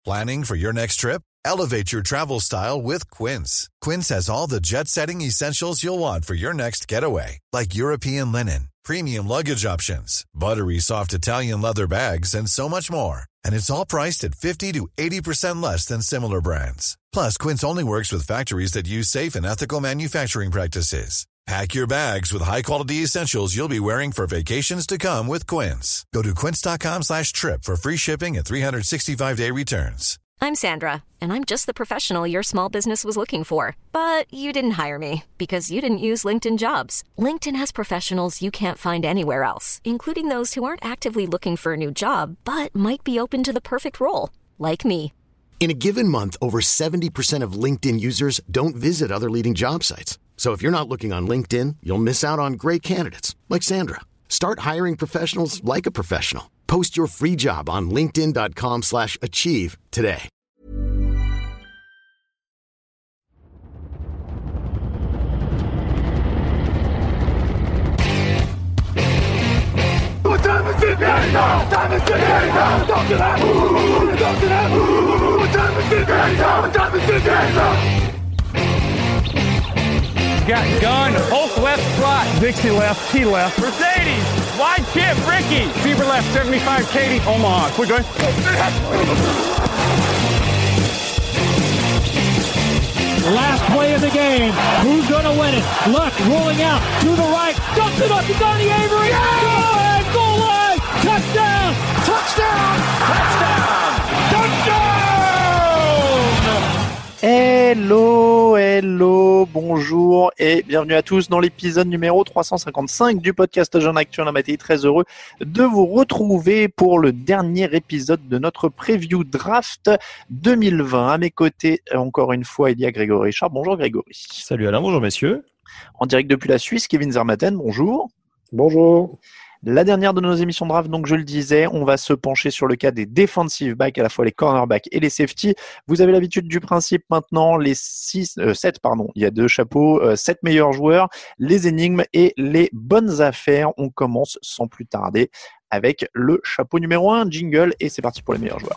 Planning for your next trip? Elevate your travel style with Quince. Quince has all the jet-setting essentials you'll want for your next getaway, like European linen, premium luggage options, buttery soft Italian leather bags, and so much more. And it's all priced at 50 to 80% less than similar brands. Plus, Quince only works with factories that use safe and ethical manufacturing practices. Pack your bags with high-quality essentials you'll be wearing for vacations to come with Quince. Go to quince.com/trip for free shipping and 365-day returns. I'm Sandra, and I'm just the professional your small business was looking for. But you didn't hire me because you didn't use LinkedIn Jobs. LinkedIn has professionals you can't find anywhere else, including those who aren't actively looking for a new job, but might be open to the perfect role, like me. In a given month, over 70% of LinkedIn users don't visit other leading job sites. So if you're not looking on LinkedIn, you'll miss out on great candidates like Sandra. Start hiring professionals like a professional. Post your free job on linkedin.com/achieve today. What time is it now? Time is it now? Talk to that. Talk to that. What time is it now? What time is it now? Got gun, Hulk left slot, Dixie left, T left, Mercedes, wide chip, Ricky, Fever left, 75, Katie, Omaha, quick going. Last play of the game, who's gonna win it? Luck rolling out to the right, dumps it up to Donnie Avery, go ahead, goal line, touchdown, touchdown, touchdown, touchdown! Hello, bonjour et bienvenue à tous dans l'épisode numéro 355 du podcast Jeune Actu. On a été très heureux de vous retrouver pour le dernier épisode de notre preview draft 2020. À mes côtés, encore une fois, il y a Grégory Richard. Bonjour Grégory. Salut Alain, bonjour messieurs. En direct depuis la Suisse, Kevin Zermatten, bonjour. Bonjour. La dernière de nos émissions draft, donc je le disais, on va se pencher sur le cas des defensive backs, à la fois les cornerbacks et les safety. Vous avez l'habitude du principe maintenant, les 7, il y a 2 chapeaux, 7 meilleurs joueurs, les énigmes et les bonnes affaires. On commence sans plus tarder avec le chapeau numéro 1, jingle, et c'est parti pour les meilleurs joueurs.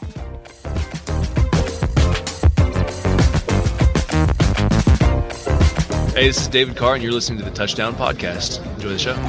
Hey, this is David Carr, and you're listening to the Touchdown Podcast. Enjoy the show.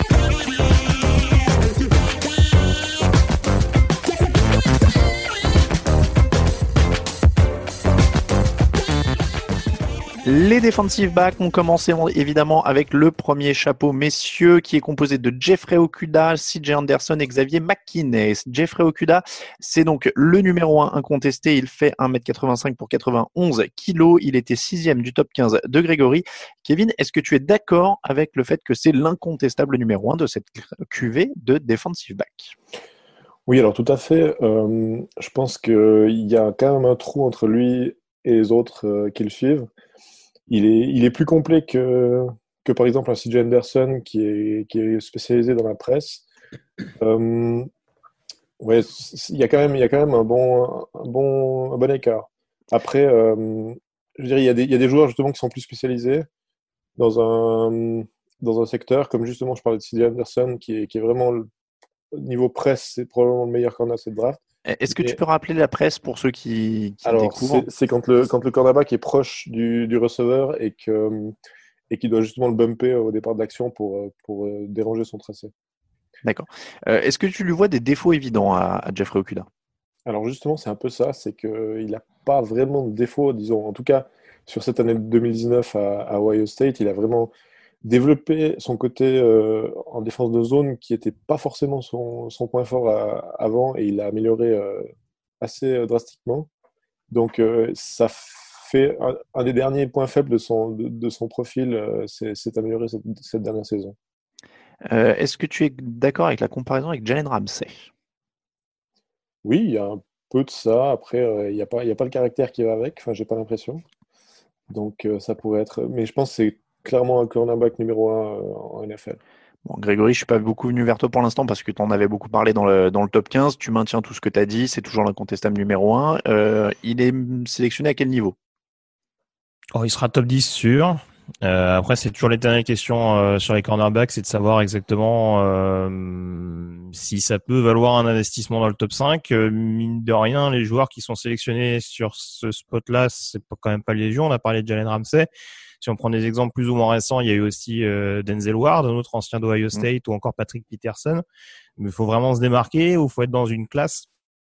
Les defensive backs ont commencé évidemment avec le premier chapeau messieurs qui est composé de Jeffrey Okudah, CJ Anderson et Xavier McKinney. Jeffrey Okudah, c'est donc le numéro 1 incontesté. Il fait 1m85 pour 91 kg. Il était 6e du top 15 de Grégory. Kevin, est-ce que tu es d'accord avec le fait que c'est l'incontestable numéro 1 de cette cuvée de defensive back? Oui, alors tout à fait. Je pense qu'il y a quand même un trou entre lui et les autres qui le suivent. Il est plus complet que par exemple un CJ Anderson qui est spécialisé dans la presse. Ouais, il y a quand même un bon écart. Après, je veux dire, il y a des joueurs justement qui sont plus spécialisés dans un secteur, comme justement je parlais de CJ Anderson qui est vraiment au niveau presse, c'est probablement le meilleur corner de cette draft. Est-ce que tu peux rappeler la presse pour ceux qui découvrent? C'est quand le cornerback est proche du receveur et qui doit justement le bumper au départ de l'action pour déranger son tracé. D'accord. Est-ce que tu lui vois des défauts évidents à Jeffrey Okudah? Alors justement, c'est un peu ça, c'est qu'il n'a pas vraiment de défauts, disons. En tout cas, sur cette année 2019 à Ohio State, il a vraiment développé son côté en défense de zone qui n'était pas forcément son point fort avant, et il l'a amélioré assez drastiquement. Donc ça fait un des derniers points faibles de son profil, c'est amélioré cette dernière saison. Est-ce que tu es d'accord avec la comparaison avec Jalen Ramsey? Oui, il y a un peu de ça. Après, il n'y a pas le caractère qui va avec, enfin j'ai pas l'impression. Donc ça pourrait être... Mais je pense que c'est clairement un cornerback numéro 1 en NFL. Bon, Grégory, je ne suis pas beaucoup venu vers toi pour l'instant parce que tu en avais beaucoup parlé dans le top 15. Tu maintiens tout ce que tu as dit, c'est toujours l'incontestable numéro 1. Il est sélectionné à quel niveau? Oh, il sera top 10 sûr. Après, c'est toujours l'éternelle question sur les cornerbacks, c'est de savoir exactement si ça peut valoir un investissement dans le top 5. Mine de rien, les joueurs qui sont sélectionnés sur ce spot-là, c'est quand même pas légion. On a parlé de Jalen Ramsey. Si on prend des exemples plus ou moins récents, il y a eu aussi Denzel Ward, un autre ancien d'Ohio State, ou encore Patrick Peterson. Mais il faut vraiment se démarquer, ou il faut être dans une classe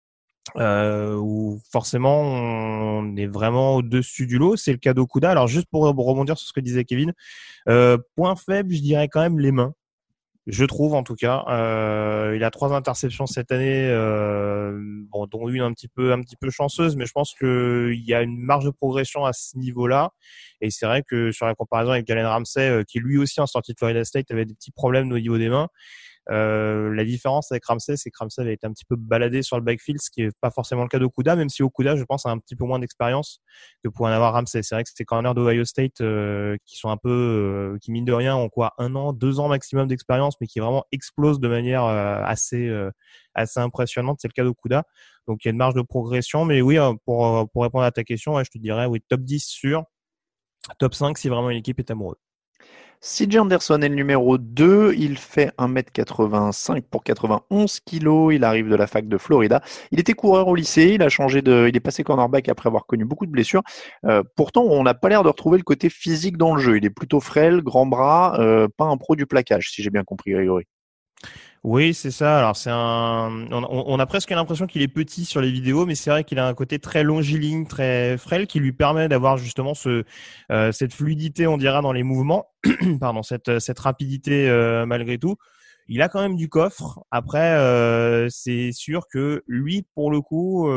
où forcément on est vraiment au-dessus du lot. C'est le cas d'Okuda. Alors juste pour rebondir sur ce que disait Kevin, point faible, je dirais quand même les mains. Je trouve en tout cas, il a 3 interceptions cette année, dont une un petit peu chanceuse, mais je pense que il y a une marge de progression à ce niveau-là. Et c'est vrai que sur la comparaison avec Jalen Ramsey, qui lui aussi en sortie de Florida State avait des petits problèmes au niveau des mains. La différence avec Ramsey, c'est que Ramsey avait été un petit peu baladé sur le backfield, ce qui est pas forcément le cas d'Okuda, même si Okuda, je pense, a un petit peu moins d'expérience que pour en avoir Ramsey. C'est vrai que c'était corners d'Ohio State qui sont un peu, qui mine de rien ont 1 an, 2 ans maximum d'expérience, mais qui vraiment explosent de manière assez impressionnante. C'est le cas d'Okuda. Donc il y a une marge de progression, mais oui, pour répondre à ta question, ouais, je te dirais oui, top 10 sûr, top 5 si vraiment une équipe est amoureuse. CJ Anderson est le numéro 2, il fait 1m85 pour 91 kg, il arrive de la fac de Florida. Il était coureur au lycée, il est passé cornerback après avoir connu beaucoup de blessures. Pourtant, on n'a pas l'air de retrouver le côté physique dans le jeu. Il est plutôt frêle, grand bras, pas un pro du plaquage, si j'ai bien compris, Grégory. Oui, c'est ça. Alors on a presque l'impression qu'il est petit sur les vidéos, mais c'est vrai qu'il a un côté très longiligne, très frêle, qui lui permet d'avoir justement cette fluidité, on dira, dans les mouvements. Pardon, cette rapidité malgré tout. Il a quand même du coffre. Après, c'est sûr que lui, pour le coup,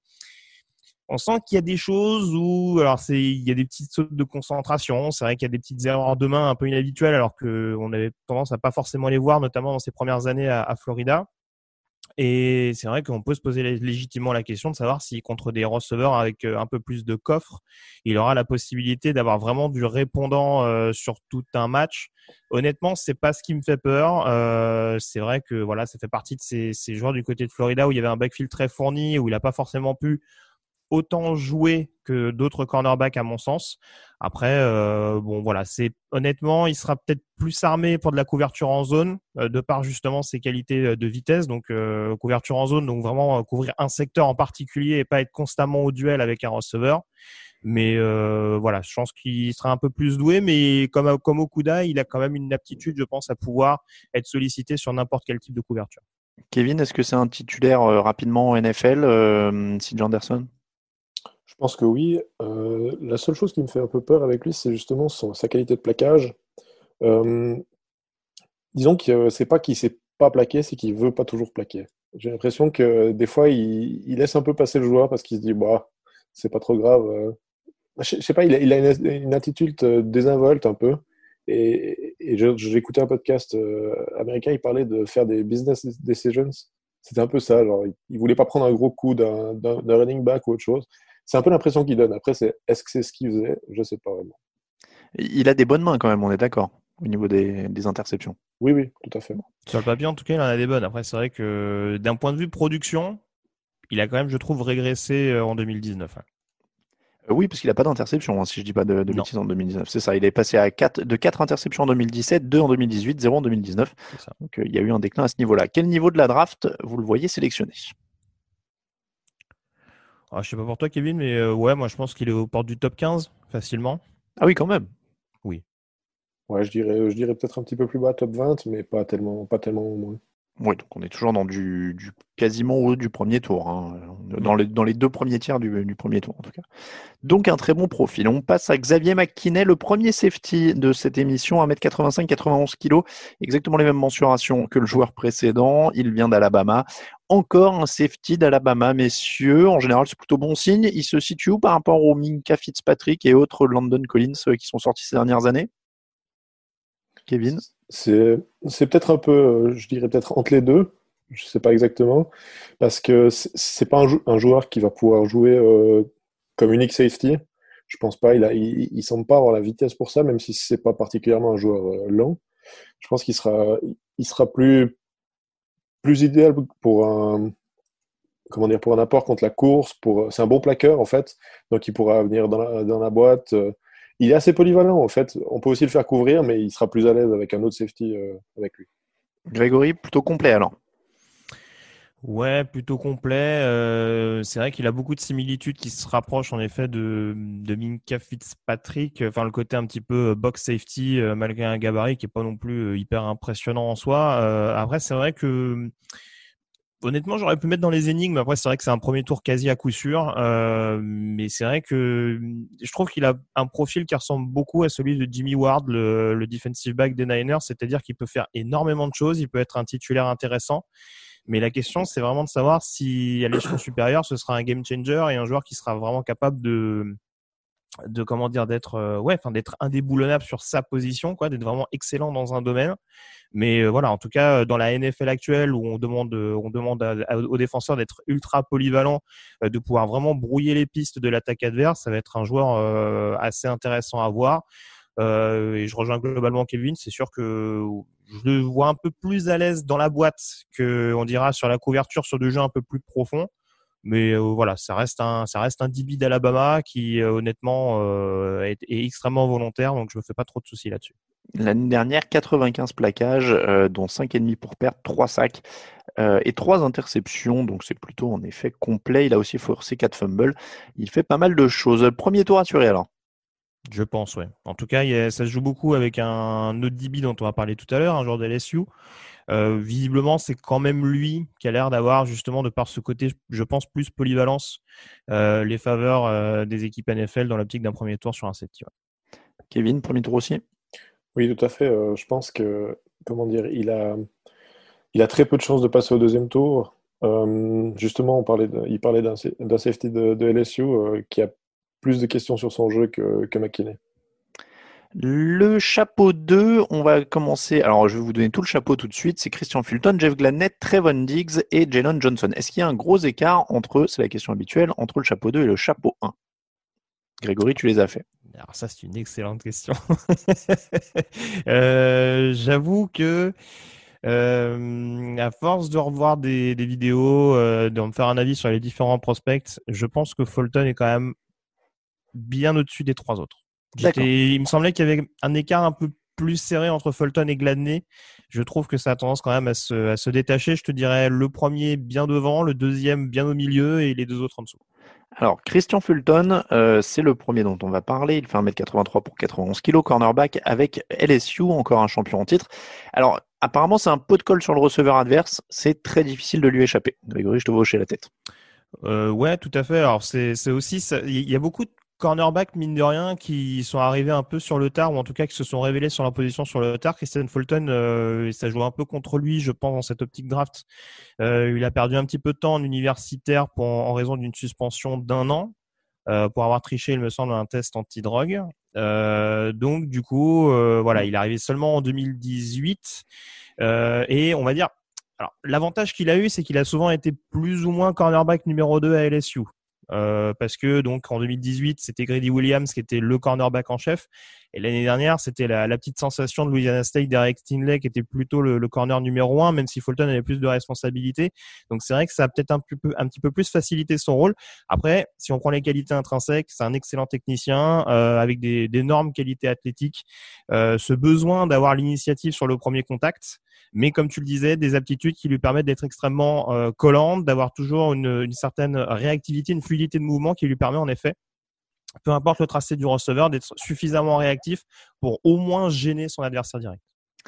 on sent qu'il y a des choses où, il y a des petites sautes de concentration. C'est vrai qu'il y a des petites erreurs de main un peu inhabituelles, alors que on avait tendance à pas forcément les voir, notamment dans ses premières années à Florida. Et c'est vrai qu'on peut se poser légitimement la question de savoir si contre des receveurs avec un peu plus de coffre, il aura la possibilité d'avoir vraiment du répondant sur tout un match. Honnêtement, c'est pas ce qui me fait peur. C'est vrai que voilà, ça fait partie de ces joueurs du côté de Florida où il y avait un backfield très fourni, où il a pas forcément pu autant jouer que d'autres cornerbacks à mon sens. Après, honnêtement, il sera peut-être plus armé pour de la couverture en zone, de par justement ses qualités de vitesse. Donc couverture en zone, donc vraiment couvrir un secteur en particulier et pas être constamment au duel avec un receveur. Mais je pense qu'il sera un peu plus doué, mais comme Okuda, il a quand même une aptitude, je pense, à pouvoir être sollicité sur n'importe quel type de couverture. Kevin, est-ce que c'est un titulaire rapidement en NFL, CJ Anderson? Je pense que oui. La seule chose qui me fait un peu peur avec lui, c'est justement sa qualité de plaquage. Disons que c'est pas qu'il sait pas plaquer, c'est qu'il veut pas toujours plaquer. J'ai l'impression que des fois, il laisse un peu passer le joueur parce qu'il se dit, bah, c'est pas trop grave. Je sais pas, il a une attitude désinvolte un peu. Et j'ai écouté un podcast américain, il parlait de faire des business decisions. C'était un peu ça, genre, il voulait pas prendre un gros coup d'un running back ou autre chose. C'est un peu l'impression qu'il donne. Après, est-ce que c'est ce qu'il faisait? Je sais pas vraiment. Il a des bonnes mains quand même, on est d'accord, au niveau des interceptions. Oui, tout à fait. Sur le papier, en tout cas, il en a des bonnes. Après, c'est vrai que d'un point de vue production, il a quand même, je trouve, régressé en 2019. Oui, parce qu'il n'a pas d'interception, si je ne dis pas de bêtises en 2019. C'est ça, il est passé de 4 interceptions en 2017, 2 en 2018, 0 en 2019. C'est ça. Donc il y a eu un déclin à ce niveau-là. Quel niveau de la draft vous le voyez sélectionné? Je ne sais pas pour toi, Kevin, mais moi je pense qu'il est aux portes du top 15, facilement. Ah oui, quand même. Oui. Ouais, je dirais peut-être un petit peu plus bas, top 20, mais pas tellement au moins. Oui, donc on est toujours dans du quasiment haut du premier tour, hein. Dans les 2 premiers tiers du premier tour en tout cas. Donc un très bon profil. On passe à Xavier McKinney, le premier safety de cette émission, 1m85, 91 kg, exactement les mêmes mensurations que le joueur précédent. Il vient d'Alabama. Encore un safety d'Alabama, messieurs. En général, c'est plutôt bon signe. Il se situe où par rapport au Minkah Fitzpatrick et autres Landon Collins qui sont sortis ces dernières années? Kevin? C'est peut-être un peu, je dirais peut-être entre les deux, je ne sais pas exactement, parce que c'est pas un joueur qui va pouvoir jouer comme unique safety. Je pense pas, il semble pas avoir la vitesse pour ça, même si c'est pas particulièrement un joueur lent. Je pense qu'il sera plus idéal pour un apport contre la course. C'est un bon plaqueur en fait, donc il pourra venir dans la boîte. il est assez polyvalent en fait. On peut aussi le faire couvrir, mais il sera plus à l'aise avec un autre safety avec lui. Grégory, plutôt complet alors. Ouais, plutôt complet. C'est vrai qu'il a beaucoup de similitudes qui se rapprochent en effet de Minkah Fitzpatrick. Enfin, le côté un petit peu box safety, malgré un gabarit qui est pas non plus hyper impressionnant en soi. Après, c'est vrai que honnêtement, j'aurais pu mettre dans les énigmes. Après, c'est vrai que c'est un premier tour quasi à coup sûr. Mais c'est vrai que je trouve qu'il a un profil qui ressemble beaucoup à celui de Jimmy Ward, le defensive back des Niners. C'est-à-dire qu'il peut faire énormément de choses. Il peut être un titulaire intéressant. Mais la question, c'est vraiment de savoir si à l'échelon supérieur, ce sera un game changer et un joueur qui sera vraiment capable de comment dire, d'être d'être indéboulonnable sur sa position, quoi, d'être vraiment excellent dans un domaine. Mais voilà, en tout cas, dans la NFL actuelle où on demande aux défenseurs d'être ultra polyvalents, de pouvoir vraiment brouiller les pistes de l'attaque adverse, ça va être un joueur assez intéressant à voir. Et je rejoins globalement Kevin, c'est sûr que je le vois un peu plus à l'aise dans la boîte que on dira sur la couverture sur des jeux un peu plus profonds. Mais voilà, ça reste un DB d'Alabama qui honnêtement est extrêmement volontaire, donc je me fais pas trop de soucis là-dessus. L'année dernière, 95 plaquages, dont 5,5 pour perdre, 3 sacs et 3 interceptions, donc c'est plutôt en effet complet. Il a aussi forcé 4 fumbles. Il fait pas mal de choses. Premier tour assuré alors. Je pense, ouais. En tout cas, ça se joue beaucoup avec un autre DB dont on va parler tout à l'heure, un joueur de LSU. Visiblement, c'est quand même lui qui a l'air d'avoir, justement, de par ce côté, je pense, plus polyvalence, les faveurs des équipes NFL dans l'optique d'un premier tour sur un safety. Ouais. Kevin, premier tour aussi? Oui, tout à fait. Je pense que, comment dire, il a très peu de chances de passer au deuxième tour. Justement, il parlait d'un safety de LSU qui a plus de questions sur son jeu que McKinney. Le chapeau 2, on va commencer. Alors, je vais vous donner tout le chapeau tout de suite. C'est Christian Fulton, Jeff Gladney, Trevon Diggs et Jalen Johnson. Est-ce qu'il y a un gros écart entre, c'est la question habituelle, entre le chapeau 2 et le chapeau 1? Grégory, tu les as fait. Alors ça, c'est une excellente question. J'avoue que à force de revoir des vidéos, de me faire un avis sur les différents prospects, je pense que Fulton est quand même bien au-dessus des 3 autres. Il me semblait qu'il y avait un écart un peu plus serré entre Fulton et Gladney. Je trouve que ça a tendance quand même à se détacher. Je te dirais le premier bien devant, le deuxième bien au milieu et les 2 autres en dessous. Alors, Christian Fulton, c'est le premier dont on va parler. Il fait 1m83 pour 91 kg, cornerback avec LSU, encore un champion en titre. Alors, apparemment, c'est un pot de colle sur le receveur adverse. C'est très difficile de lui échapper. Grégory, je te vois hocher la tête. Ouais, tout à fait. Alors, c'est aussi ça. Il y a beaucoup de cornerbacks, mine de rien, qui sont arrivés un peu sur le tard, ou en tout cas qui se sont révélés sur leur position sur le tard. Christian Fulton, ça joue un peu contre lui, je pense, dans cette optique draft. Il a perdu un petit peu de temps en universitaire en raison d'une suspension d'1 an, pour avoir triché, il me semble, un test anti-drogue. Donc, du coup, voilà, il est arrivé seulement en 2018. Et on va dire, alors, l'avantage qu'il a eu, c'est qu'il a souvent été plus ou moins cornerback numéro 2 à LSU. Parce que donc en 2018 c'était Grady Williams qui était le cornerback en chef et l'année dernière c'était la petite sensation de Louisiana State, Derek Stingley qui était plutôt le corner numéro 1, même si Fulton avait plus de responsabilités. Donc c'est vrai que ça a peut-être un petit peu plus facilité son rôle. Après, si on prend les qualités intrinsèques, c'est un excellent technicien avec d'énormes qualités athlétiques, ce besoin d'avoir l'initiative sur le premier contact, mais comme tu le disais, des aptitudes qui lui permettent d'être extrêmement collantes, d'avoir toujours une certaine réactivité, une fluidité de mouvement qui lui permet en effet, peu importe le tracé du receveur, d'être suffisamment réactif pour au moins gêner son adversaire direct.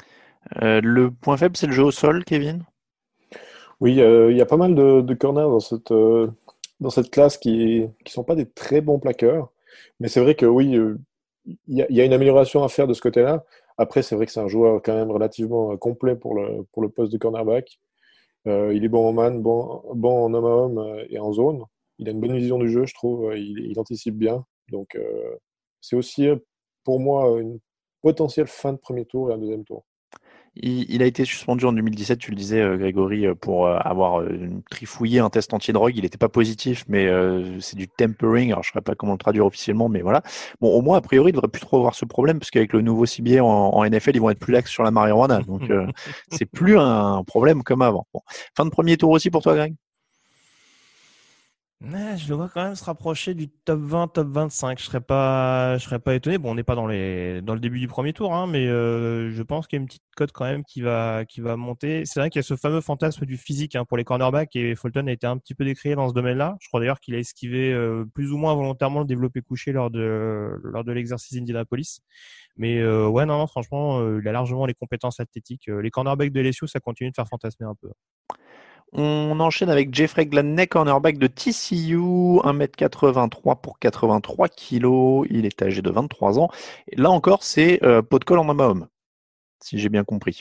Le point faible, c'est le jeu au sol, Kevin? Oui, il y a pas mal de corners dans cette classe qui sont pas des très bons plaqueurs, mais c'est vrai que oui, il y a une amélioration à faire de ce côté-là. Après, c'est vrai que c'est un joueur quand même relativement complet pour le poste de cornerback. Il est bon en man, bon en homme à homme et en zone. Il a une bonne vision du jeu, je trouve. Il anticipe bien. Donc, c'est aussi pour moi une potentielle fin de premier tour et un deuxième tour. Il a été suspendu en 2017, tu le disais, Grégory, pour avoir trifouillé un test anti-drogue. Il n'était pas positif, mais c'est du tempering. Alors, je ne sais pas comment le traduire officiellement, mais voilà. Bon, au moins, a priori, il ne devrait plus trop avoir ce problème, parce qu'avec le nouveau CBA en NFL, ils vont être plus lax sur la marijuana. Donc, c'est plus un problème comme avant. Bon. Fin de premier tour aussi pour toi, Greg? Ouais, je le vois quand même se rapprocher du top 20, top 25. Je serais pas étonné. Bon, on n'est pas dans le début du premier tour, hein, mais je pense qu'il y a une petite cote quand même qui va monter. C'est vrai qu'il y a ce fameux fantasme du physique, hein, pour les cornerbacks, et Fulton a été un petit peu décrié dans ce domaine-là. Je crois d'ailleurs qu'il a esquivé plus ou moins volontairement le développé couché lors de l'exercice Indianapolis. Mais ouais, non, franchement, il a largement les compétences athlétiques. Les cornerbacks de LSU, ça continue de faire fantasmer un peu. On enchaîne avec Jeffrey Gladney, cornerback de TCU, 1m83 pour 83 kg. Il est âgé de 23 ans. Et là encore, c'est pot de colle en Mahomes, si j'ai bien compris.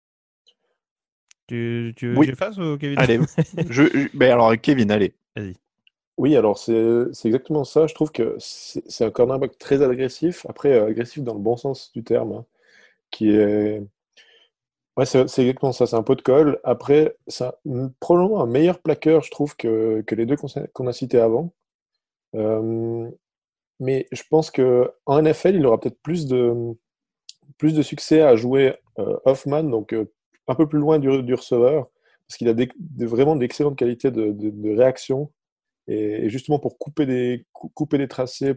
Tu veux Oui. que je fasse ou Kevin? Allez, ben alors Kevin, allez. Vas-y. Oui, alors c'est exactement ça. Je trouve que c'est un cornerback très agressif. Après, agressif dans le bon sens du terme, hein, qui est... Ouais, c'est exactement ça. C'est un pot de colle. Après, probablement un meilleur plaqueur, je trouve, que les deux qu'on a cités avant. Euh, mais je pense qu'en NFL, il aura peut-être plus de succès à jouer off-man, donc un peu plus loin du receveur, parce qu'il a vraiment d'excellentes qualités de réaction, et justement pour couper des tracés,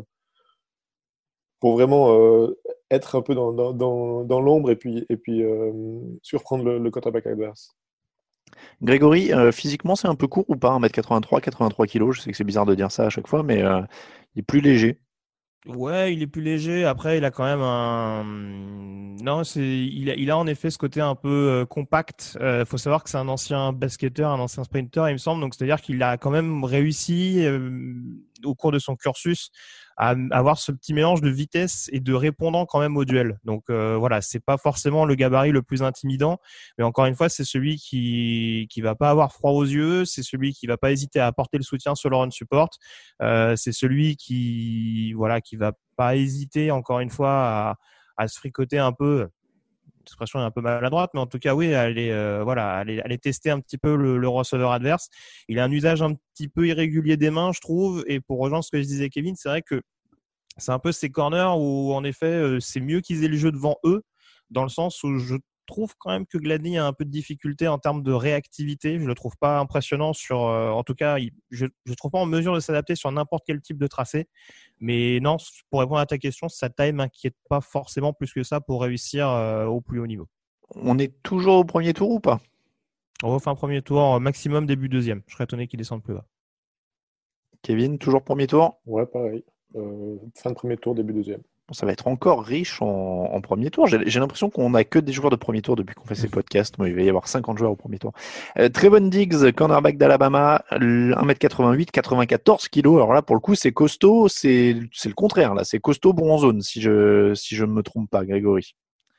pour vraiment être un peu dans l'ombre, et puis surprendre le quarterback adverse. Grégory, physiquement, c'est un peu court ou pas? 1m83, 83 kg. Je sais que c'est bizarre de dire ça à chaque fois, mais il est plus léger. Ouais, il est plus léger. Après, il a quand même un. Non, il a en effet ce côté un peu compact. Faut savoir que c'est un ancien basketteur, un ancien sprinter, il me semble. Donc, c'est-à-dire qu'il a quand même réussi au cours de son cursus à avoir ce petit mélange de vitesse et de répondant quand même au duel. Donc voilà, c'est pas forcément le gabarit le plus intimidant, mais encore une fois, c'est celui qui va pas avoir froid aux yeux, c'est celui qui va pas hésiter à apporter le soutien sur le run support. C'est celui qui va pas hésiter encore une fois à se fricoter un peu. L'expression est un peu maladroite, mais en tout cas oui, aller tester un petit peu le receveur adverse. Il a un usage un petit peu irrégulier des mains, je trouve. Et pour rejoindre ce que je disais, Kevin, c'est vrai que c'est un peu ces corners où en effet c'est mieux qu'ils aient le jeu devant eux, dans le sens où je trouve quand même que Gladney a un peu de difficulté en termes de réactivité. Je le trouve pas impressionnant en tout cas, je trouve pas en mesure de s'adapter sur n'importe quel type de tracé. Mais non, pour répondre à ta question, sa taille m'inquiète pas forcément plus que ça pour réussir au plus haut niveau. On est toujours au premier tour ou pas? On va faire un premier tour, maximum début deuxième. Je serais étonné qu'il descende plus bas. Kevin, toujours premier tour? Ouais, pareil. Fin de premier tour, début deuxième. Bon, ça va être encore riche en premier tour. J'ai l'impression qu'on n'a que des joueurs de premier tour depuis qu'on fait ces podcasts. Moi, il va y avoir 50 joueurs au premier tour. Trevon Diggs, cornerback d'Alabama, 1m88, 94 kg. Alors là, pour le coup, c'est costaud. C'est le contraire. Là, c'est costaud, bon en zone, si je me trompe pas, Grégory.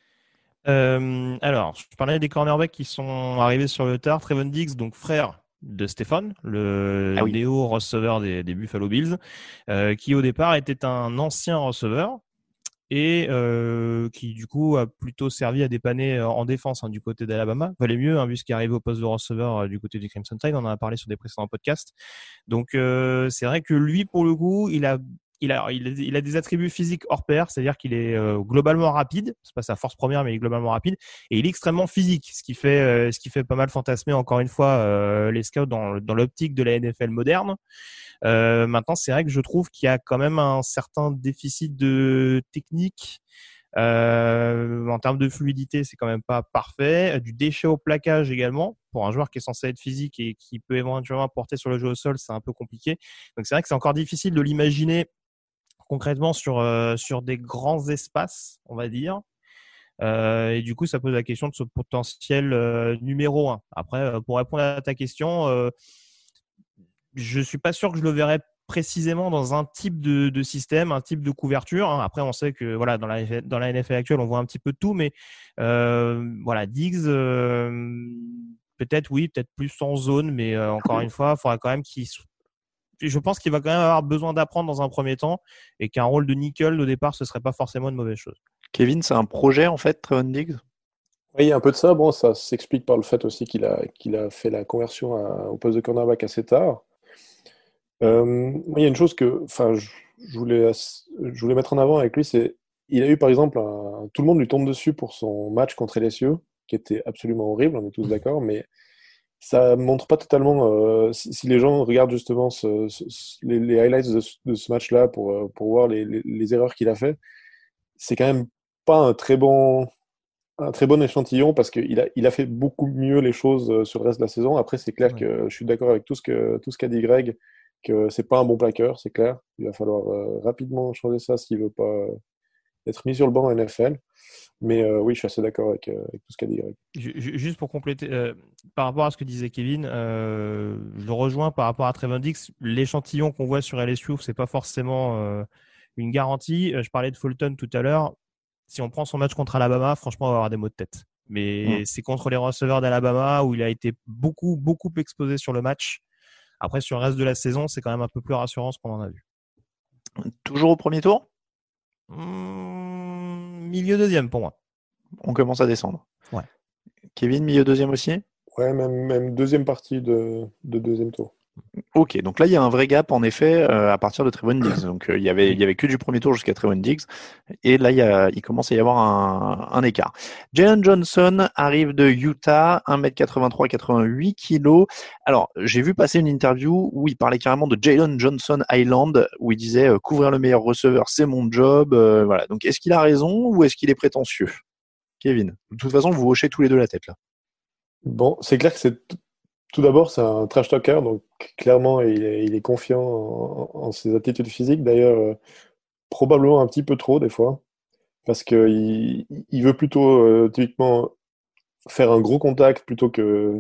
Alors, je parlais des cornerbacks qui sont arrivés sur le tard. Trevon Diggs, donc frère de Stephon, le néo-receveur des Buffalo Bills, qui au départ était un ancien receveur et qui du coup a plutôt servi à dépanner en défense, hein, du côté d'Alabama. Valait mieux, hein, vu ce qui est arrivé au poste de receveur du côté du Crimson Tide. On en a parlé sur des précédents podcasts. Donc c'est vrai que lui, pour le coup, il a des attributs physiques hors pair, c'est-à-dire qu'il est globalement rapide. C'est pas sa force première, mais il est globalement rapide et il est extrêmement physique, ce qui fait pas mal fantasmer encore une fois les scouts dans l'optique de la NFL moderne. Maintenant, c'est vrai que je trouve qu'il y a quand même un certain déficit de technique. En termes de fluidité, c'est quand même pas parfait. Du déchet au plaquage également. Pour un joueur qui est censé être physique et qui peut éventuellement apporter sur le jeu au sol, c'est un peu compliqué. Donc c'est vrai que c'est encore difficile de l'imaginer concrètement sur des grands espaces, on va dire. Et du coup, ça pose la question de ce potentiel numéro 1. Après, pour répondre à ta question, je suis pas sûr que je le verrais précisément dans un type de système, un type de couverture. Hein. Après, on sait que voilà, dans la NFL actuelle, on voit un petit peu de tout, mais voilà, Diggs, peut-être oui, peut-être plus en zone, mais encore une fois, il faudra quand même je pense qu'il va quand même avoir besoin d'apprendre dans un premier temps et qu'un rôle de nickel au départ, ce serait pas forcément une mauvaise chose. Kevin, c'est un projet en fait, Trevon Diggs? Oui, il y a un peu de ça. Bon, ça s'explique par le fait aussi qu'il a fait la conversion au poste de cornerback assez tard. Moi, il y a une chose que, enfin, je voulais mettre en avant avec lui, c'est il a eu par exemple tout le monde lui tombe dessus pour son match contre LSU, qui était absolument horrible, on est tous d'accord, mais Ça montre pas totalement. Si les gens regardent justement les highlights de ce match-là pour voir les erreurs qu'il a fait, c'est quand même pas un très bon échantillon parce qu'il a fait beaucoup mieux les choses sur le reste de la saison. Après, c'est clair que je suis d'accord avec tout ce qu'a dit Greg, que c'est pas un bon plaqueur, c'est clair. Il va falloir rapidement changer ça s'il veut pas être mis sur le banc en NFL. Mais oui, je suis assez d'accord avec tout ce qu'a dit Greg. Juste pour compléter, par rapport à ce que disait Kevin, je le rejoins par rapport à Trevon Diggs. L'échantillon qu'on voit sur LSU, c'est pas forcément une garantie. Je parlais de Fulton tout à l'heure. Si on prend son match contre Alabama, franchement, on va avoir des maux de tête. Mais c'est contre les receveurs d'Alabama où il a été beaucoup exposé sur le match. Après, sur le reste de la saison, c'est quand même un peu plus rassurant ce qu'on en a vu. Toujours au premier tour ? Milieu deuxième pour moi. On commence à descendre. Ouais. Kevin, milieu deuxième aussi ? Ouais, même deuxième partie de deuxième tour. Ok, donc là il y a un vrai gap en effet à partir de Trevon Diggs. Donc il y avait que du premier tour jusqu'à Trevon Diggs, et là il commence à y avoir un écart. Jalen Johnson arrive de Utah, 1m83, 88 kg. Alors j'ai vu passer une interview où il parlait carrément de Jalen Johnson Island, où il disait couvrir le meilleur receveur c'est mon job. Voilà. Donc est-ce qu'il a raison ou est-ce qu'il est prétentieux, Kevin? De toute façon vous hochez tous les deux la tête là. Bon, c'est clair que tout d'abord, c'est un trash talker, donc clairement, il est confiant en ses aptitudes physiques. D'ailleurs, probablement un petit peu trop des fois, parce qu'il veut plutôt typiquement faire un gros contact plutôt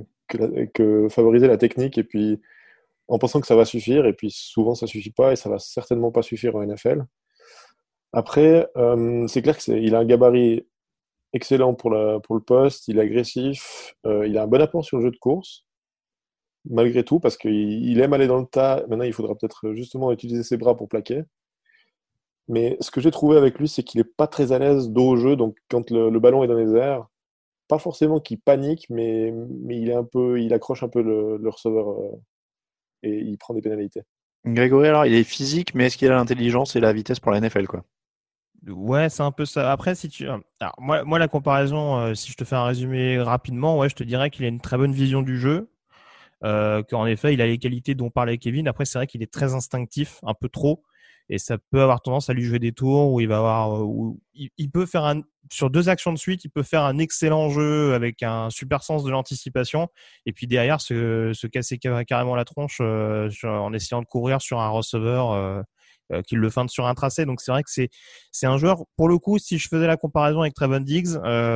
que favoriser la technique, et puis en pensant que ça va suffire, et puis souvent ça suffit pas, et ça va certainement pas suffire en NFL. Après, c'est clair qu'il a un gabarit excellent pour le poste, il est agressif, il a un bon apport sur le jeu de course, malgré tout, parce qu'il aime aller dans le tas. Maintenant, il faudra peut-être justement utiliser ses bras pour plaquer. Mais ce que j'ai trouvé avec lui, c'est qu'il n'est pas très à l'aise dos au jeu. Donc, quand le ballon est dans les airs, pas forcément qu'il panique, mais il accroche un peu le receveur et il prend des pénalités. Grégory, alors il est physique, mais est-ce qu'il a l'intelligence et la vitesse pour la NFL, quoi? Ouais, c'est un peu ça. Après, alors, moi, la comparaison, si je te fais un résumé rapidement, ouais, je te dirais qu'il a une très bonne vision du jeu. Qu'en effet, il a les qualités dont parlait Kevin. Après, c'est vrai qu'il est très instinctif, un peu trop, et ça peut avoir tendance à lui jouer des tours où il va avoir, où il peut faire sur 2 actions de suite, il peut faire un excellent jeu avec un super sens de l'anticipation, et puis derrière se casser carrément la tronche en essayant de courir sur un receveur qui le feinte sur un tracé. Donc c'est vrai que c'est un joueur, pour le coup, si je faisais la comparaison avec Trevon Diggs,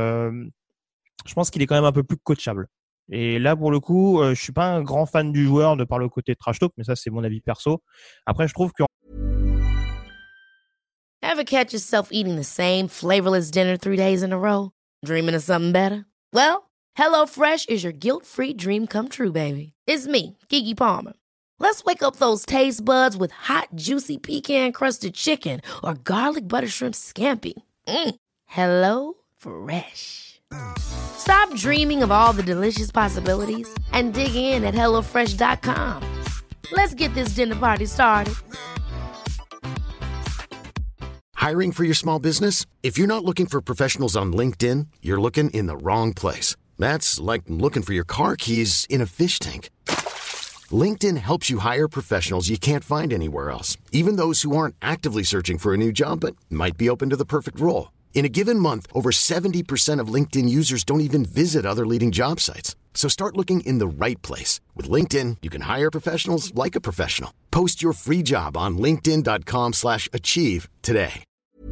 je pense qu'il est quand même un peu plus coachable. Et là, pour le coup, je suis pas un grand fan du joueur de par le côté trash talk, mais ça, c'est mon avis perso. Après, je trouve que... Ever catch yourself eating the same flavorless dinner 3 days in a row? Dreaming of something better? Well, HelloFresh is your guilt-free dream come true, baby. It's me, Keke Palmer. Let's wake up those taste buds with hot, juicy pecan-crusted chicken or garlic butter shrimp scampi. Hello Fresh. Stop dreaming of all the delicious possibilities and dig in at HelloFresh.com. Let's get this dinner party started. Hiring for your small business? If you're not looking for professionals on LinkedIn, you're looking in the wrong place. That's like looking for your car keys in a fish tank. LinkedIn helps you hire professionals you can't find anywhere else, even those who aren't actively searching for a new job but might be open to the perfect role. In a given month, over 70% of LinkedIn users don't even visit other leading job sites. So start looking in the right place. With LinkedIn, you can hire professionals like a professional. Post your free job on linkedin.com/achieve today.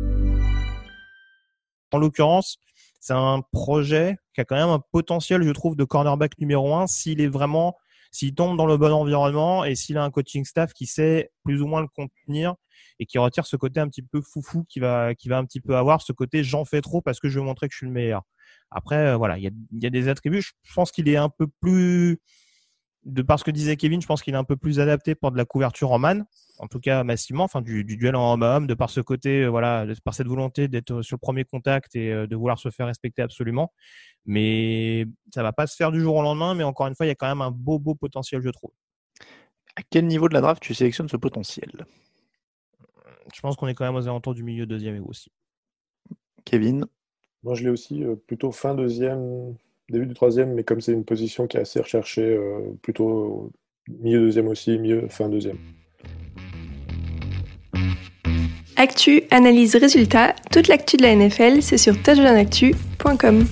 En l'occurrence, c'est un projet qui a quand même un potentiel, je trouve, de cornerback numéro 1 s'il tombe dans le bon environnement et s'il a un coaching staff qui sait plus ou moins le contenir et qui retire ce côté un petit peu foufou qui va un petit peu avoir, ce côté j'en fais trop parce que je veux montrer que je suis le meilleur. Après, voilà, il y a des attributs. Je pense qu'il est un peu plus, de par ce que disait Kevin, je pense qu'il est un peu plus adapté pour de la couverture en man, en tout cas massivement, enfin du duel en homme à homme, de par ce côté, voilà, de par cette volonté d'être sur le premier contact et de vouloir se faire respecter absolument. Mais ça va pas se faire du jour au lendemain, mais encore une fois, il y a quand même un beau potentiel, je trouve. À quel niveau de la draft tu sélectionnes ce potentiel? Je pense qu'on est quand même aux alentours du milieu deuxième aussi. Kevin? Moi, je l'ai aussi plutôt fin deuxième, début du troisième, mais comme c'est une position qui est assez recherchée, plutôt milieu deuxième aussi, milieu fin deuxième. Actu, analyse, résultat, toute l'actu de la NFL, c'est sur touchdownactu.com.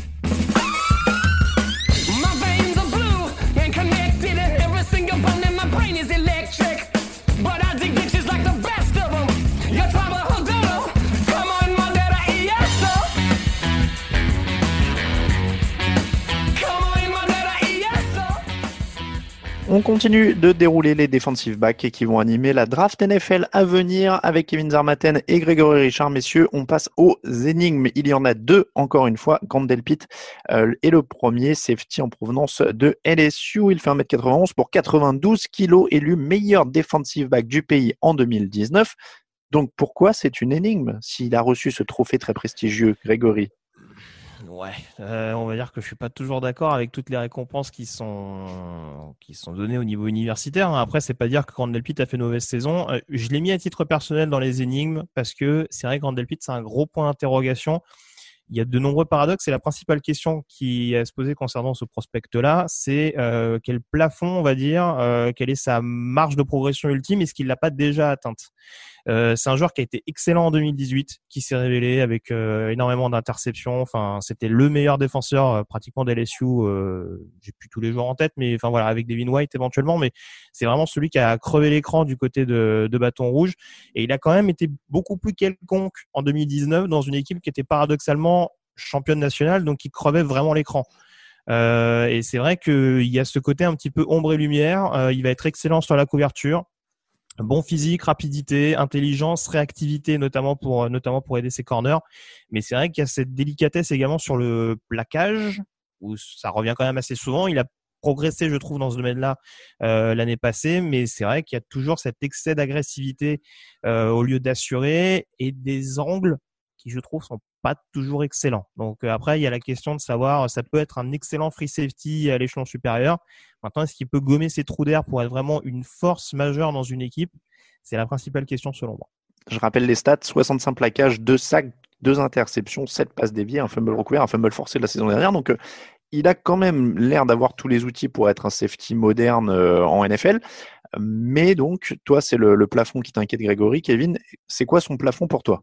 On continue de dérouler les defensive backs qui vont animer la draft NFL à venir avec Kevin Zarmaten et Grégory Richard. Messieurs, on passe aux énigmes. Il y en a deux, encore une fois. Grant Delpit est le premier safety en provenance de LSU. Il fait 1m91 pour 92 kg, élu meilleur defensive back du pays en 2019. Donc pourquoi c'est une énigme s'il a reçu ce trophée très prestigieux, Grégory? Ouais, on va dire que je suis pas toujours d'accord avec toutes les récompenses qui sont données au niveau universitaire. Après, c'est pas dire que Grant Delpit a fait une mauvaise saison. Je l'ai mis à titre personnel dans les énigmes parce que c'est vrai que Grant Delpit, c'est un gros point d'interrogation. Il y a de nombreux paradoxes et la principale question qui est à se poser concernant ce prospect-là, c'est quel plafond, on va dire, quelle est sa marge de progression ultime, est-ce qu'il l'a pas déjà atteinte? C'est un joueur qui a été excellent en 2018, qui s'est révélé avec énormément d'interceptions. Enfin, c'était le meilleur défenseur pratiquement d'LSU. J'ai plus tous les joueurs en tête, mais enfin voilà, avec Devin White éventuellement. Mais c'est vraiment celui qui a crevé l'écran du côté de Bâton Rouge. Et il a quand même été beaucoup plus quelconque en 2019 dans une équipe qui était paradoxalement championne nationale, donc qui crevait vraiment l'écran. Et c'est vrai qu'il y a ce côté un petit peu ombre et lumière. Il va être excellent sur la couverture. Bon physique, rapidité, intelligence, réactivité, notamment pour aider ses corners. Mais c'est vrai qu'il y a cette délicatesse également sur le plaquage, où ça revient quand même assez souvent. Il a progressé, je trouve, dans ce domaine-là l'année passée, mais c'est vrai qu'il y a toujours cet excès d'agressivité au lieu d'assurer et des angles qui, je trouve, sont pas toujours excellents. Donc après, il y a la question de savoir, ça peut être un excellent free safety à l'échelon supérieur. Maintenant, est-ce qu'il peut gommer ses trous d'air pour être vraiment une force majeure dans une équipe? C'est la principale question selon moi. Je rappelle les stats, 65 plaquages, 2 sacs, 2 interceptions, 7 passes déviées, un fumble recouvert, un fumble forcé de la saison dernière. Donc il a quand même l'air d'avoir tous les outils pour être un safety moderne en NFL. Mais donc, toi, c'est le plafond qui t'inquiète, Grégory. Kevin, c'est quoi son plafond pour toi?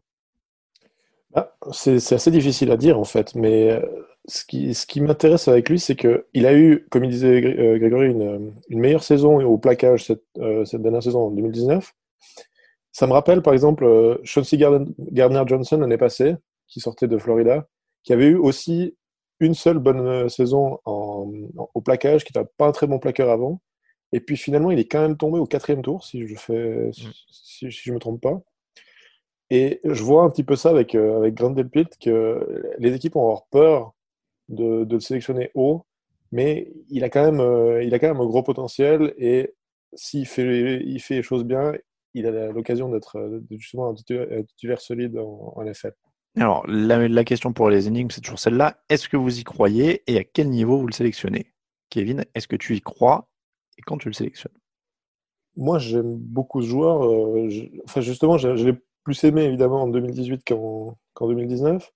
C'est assez difficile à dire en fait, mais ce qui m'intéresse avec lui, c'est qu'il a eu, comme il disait Grégory, une meilleure saison au plaquage cette dernière saison en 2019. Ça me rappelle par exemple Chauncey Gardner-Johnson l'année passée, qui sortait de Florida, qui avait eu aussi une seule bonne saison au plaquage, qui n'était pas un très bon plaqueur avant, et puis finalement il est quand même tombé au 4e tour, si je me trompe pas. Et je vois un petit peu ça avec Grant Delpit, que les équipes vont avoir peur de le sélectionner haut, mais il a quand même un gros potentiel, et s'il fait les choses bien, il a l'occasion d'être justement un titulaire solide en NFL. Alors, la question pour les énigmes, c'est toujours celle-là. Est-ce que vous y croyez et à quel niveau vous le sélectionnez? Kevin, est-ce que tu y crois et quand tu le sélectionnes? Moi, j'aime beaucoup ce joueur. Justement, je l'ai plus aimé évidemment en 2018 qu'en 2019.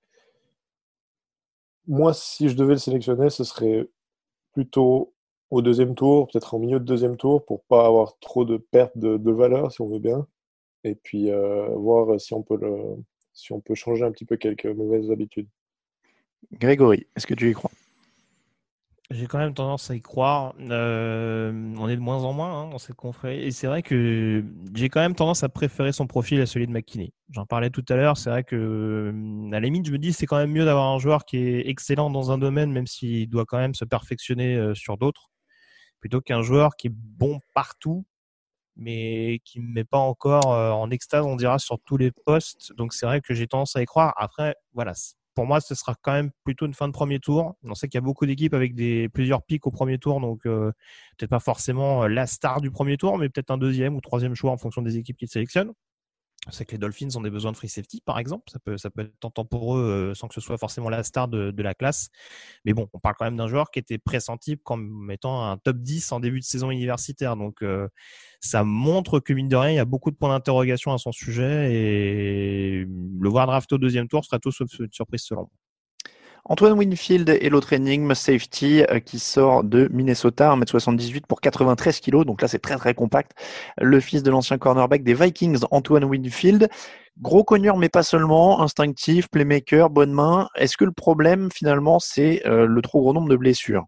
Moi, si je devais le sélectionner, ce serait plutôt au 2e tour, peut-être en milieu de 2e tour, pour pas avoir trop de perte de valeur, si on veut bien. Et puis voir si on peut changer un petit peu quelques mauvaises habitudes. Grégory, est-ce que tu y crois? J'ai quand même tendance à y croire. On est de moins en moins dans cette confrérie. Et c'est vrai que j'ai quand même tendance à préférer son profil à celui de McKinney. J'en parlais tout à l'heure. C'est vrai que, à la limite, je me dis c'est quand même mieux d'avoir un joueur qui est excellent dans un domaine, même s'il doit quand même se perfectionner sur d'autres, plutôt qu'un joueur qui est bon partout, mais qui ne met pas encore en extase, on dira, sur tous les postes. Donc c'est vrai que j'ai tendance à y croire. Après, voilà. Pour moi, ce sera quand même plutôt une fin de premier tour. On sait qu'il y a beaucoup d'équipes avec plusieurs pics au premier tour, donc peut-être pas forcément la star du premier tour, mais peut-être un 2e ou 3e choix en fonction des équipes qu'ils sélectionnent. On sait que les Dolphins ont des besoins de free safety, par exemple. Ça peut être tentant pour eux sans que ce soit forcément la star de la classe. Mais bon, on parle quand même d'un joueur qui était pressenti comme étant un top 10 en début de saison universitaire. Donc, ça montre que, mine de rien, il y a beaucoup de points d'interrogation à son sujet. Et le voir drafté au 2e tour sera tout sauf une surprise selon moi. Antoine Winfield est l'autre énigme, safety, qui sort de Minnesota, 1m78 pour 93 kg. Donc là, c'est très très compact. Le fils de l'ancien cornerback des Vikings, Antoine Winfield. Gros cogneur, mais pas seulement. Instinctif, playmaker, bonne main. Est-ce que le problème, finalement, c'est le trop gros nombre de blessures?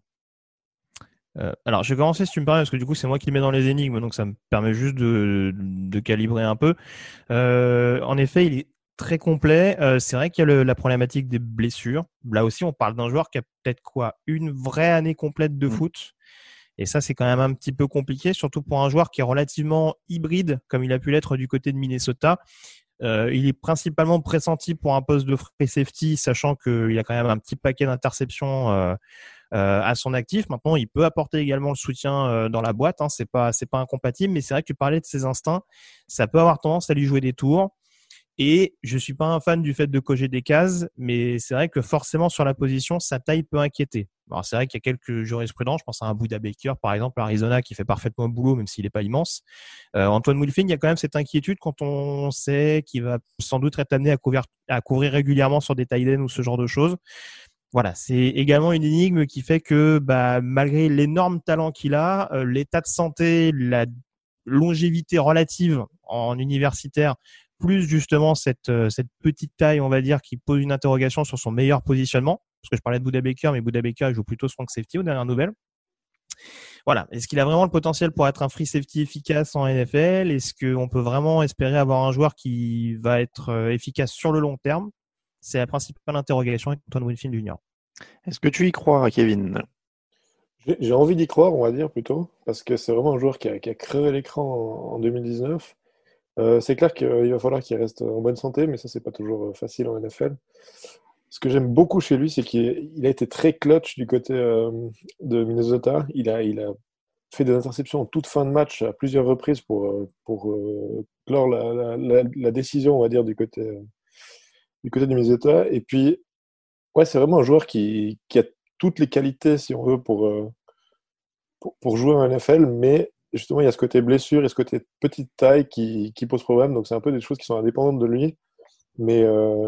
Alors, je vais commencer si tu me permets, parce que du coup, c'est moi qui le mets dans les énigmes, donc ça me permet juste de calibrer un peu. En effet, il est très complet. C'est vrai qu'il y a la problématique des blessures. Là aussi, on parle d'un joueur qui a peut-être une vraie année complète de foot. Et ça, c'est quand même un petit peu compliqué, surtout pour un joueur qui est relativement hybride, comme il a pu l'être du côté de Minnesota. Il est principalement pressenti pour un poste de free safety, sachant qu'il a quand même un petit paquet d'interceptions à son actif. Maintenant, il peut apporter également le soutien dans la boîte. Hein, c'est pas incompatible, mais c'est vrai que tu parlais de ses instincts. Ça peut avoir tendance à lui jouer des tours. Et je suis pas un fan du fait de cocher des cases, mais c'est vrai que forcément sur la position, sa taille peut inquiéter. Alors c'est vrai qu'il y a quelques jurisprudents, je pense à un Buda Baker par exemple, Arizona, qui fait parfaitement le boulot même s'il n'est pas immense. Antoine Winfield, il y a quand même cette inquiétude quand on sait qu'il va sans doute être amené à couvrir régulièrement sur des tight ends ou ce genre de choses. Voilà, c'est également une énigme qui fait que malgré l'énorme talent qu'il a, l'état de santé, la longévité relative en universitaire, plus justement cette petite taille, on va dire, qui pose une interrogation sur son meilleur positionnement. Parce que je parlais de Buda Baker, mais Buda Baker il joue plutôt strong safety aux dernières nouvelles. Voilà. Est-ce qu'il a vraiment le potentiel pour être un free safety efficace en NFL? Est-ce qu'on peut vraiment espérer avoir un joueur qui va être efficace sur le long terme? C'est la principale interrogation avec Antoine Winfield Jr. Est-ce que tu y crois, Kevin? J'ai envie d'y croire, on va dire, plutôt, parce que c'est vraiment un joueur qui a crevé l'écran en 2019. C'est clair qu'il va falloir qu'il reste en bonne santé, mais ça, c'est pas toujours facile en NFL. Ce que j'aime beaucoup chez lui, c'est qu'il a été très clutch du côté de Minnesota. Il a fait des interceptions en toute fin de match à plusieurs reprises pour clore la décision, on va dire, du côté de Minnesota. Et puis, ouais, c'est vraiment un joueur qui a toutes les qualités, si on veut, pour jouer en NFL, mais justement, il y a ce côté blessure et ce côté petite taille qui pose problème. Donc, c'est un peu des choses qui sont indépendantes de lui. Mais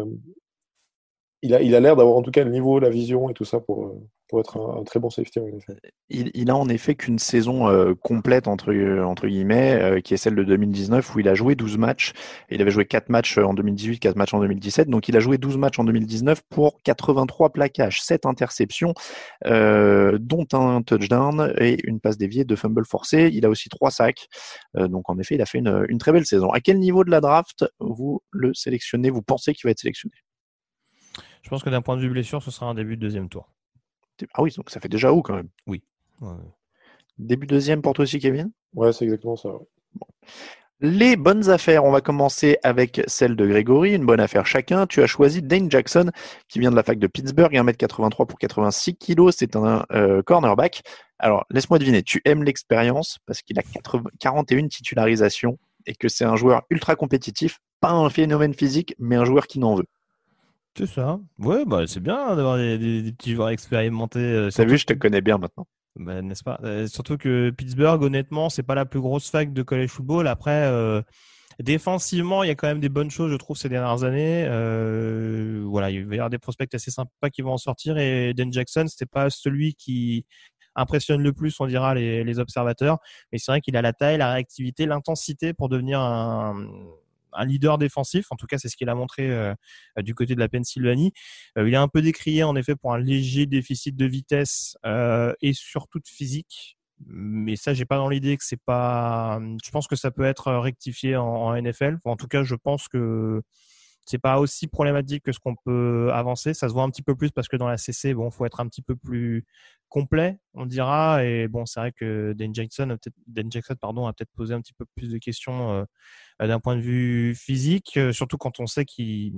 il a l'air d'avoir en tout cas le niveau, la vision et tout ça pour être un très bon safety. Il a en effet qu'une saison complète, entre guillemets, qui est celle de 2019, où il a joué 12 matchs. Il avait joué 4 matchs en 2018, 4 matchs en 2017. Donc, il a joué 12 matchs en 2019 pour 83 plaquages, 7 interceptions, dont un touchdown et une passe déviée, 2 fumbles forcés. Il a aussi 3 sacs. Donc, en effet, il a fait une très belle saison. À quel niveau de la draft vous le sélectionnez? Vous pensez qu'il va être sélectionné? Je pense que d'un point de vue blessure, ce sera un début de deuxième tour. Ah oui, donc ça fait déjà haut quand même. Oui. Ouais. Début deuxième pour toi aussi, Kevin? Ouais, c'est exactement ça. Ouais. Bon. Les bonnes affaires, on va commencer avec celle de Grégory, une bonne affaire chacun. Tu as choisi Dane Jackson, qui vient de la fac de Pittsburgh, 1m83 pour 86 kg. C'est un cornerback. Alors, laisse-moi deviner, tu aimes l'expérience parce qu'il a 41 titularisations et que c'est un joueur ultra compétitif, pas un phénomène physique, mais un joueur qui n'en veut. C'est ça. Ouais, c'est bien d'avoir des petits joueurs expérimentés. T'as vu, je te connais bien maintenant. N'est-ce pas? Surtout que Pittsburgh, honnêtement, c'est pas la plus grosse fac de college football. Après, défensivement, il y a quand même des bonnes choses, je trouve, ces dernières années. Voilà, il va y avoir des prospects assez sympas qui vont en sortir. Et Dan Jackson, c'était pas celui qui impressionne le plus, on dira, les observateurs. Mais c'est vrai qu'il a la taille, la réactivité, l'intensité pour devenir un leader défensif. En tout cas, c'est ce qu'il a montré du côté de la Pennsylvanie. Il est un peu décrié, en effet, pour un léger déficit de vitesse et surtout de physique. Mais ça, j'ai pas dans l'idée que c'est pas... Je pense que ça peut être rectifié en NFL. En tout cas, je pense que c'est pas aussi problématique que ce qu'on peut avancer. Ça se voit un petit peu plus parce que dans la CC, faut être un petit peu plus complet, on dira. Et c'est vrai que Dan Jackson, a peut-être posé un petit peu plus de questions d'un point de vue physique, surtout quand on sait qu'il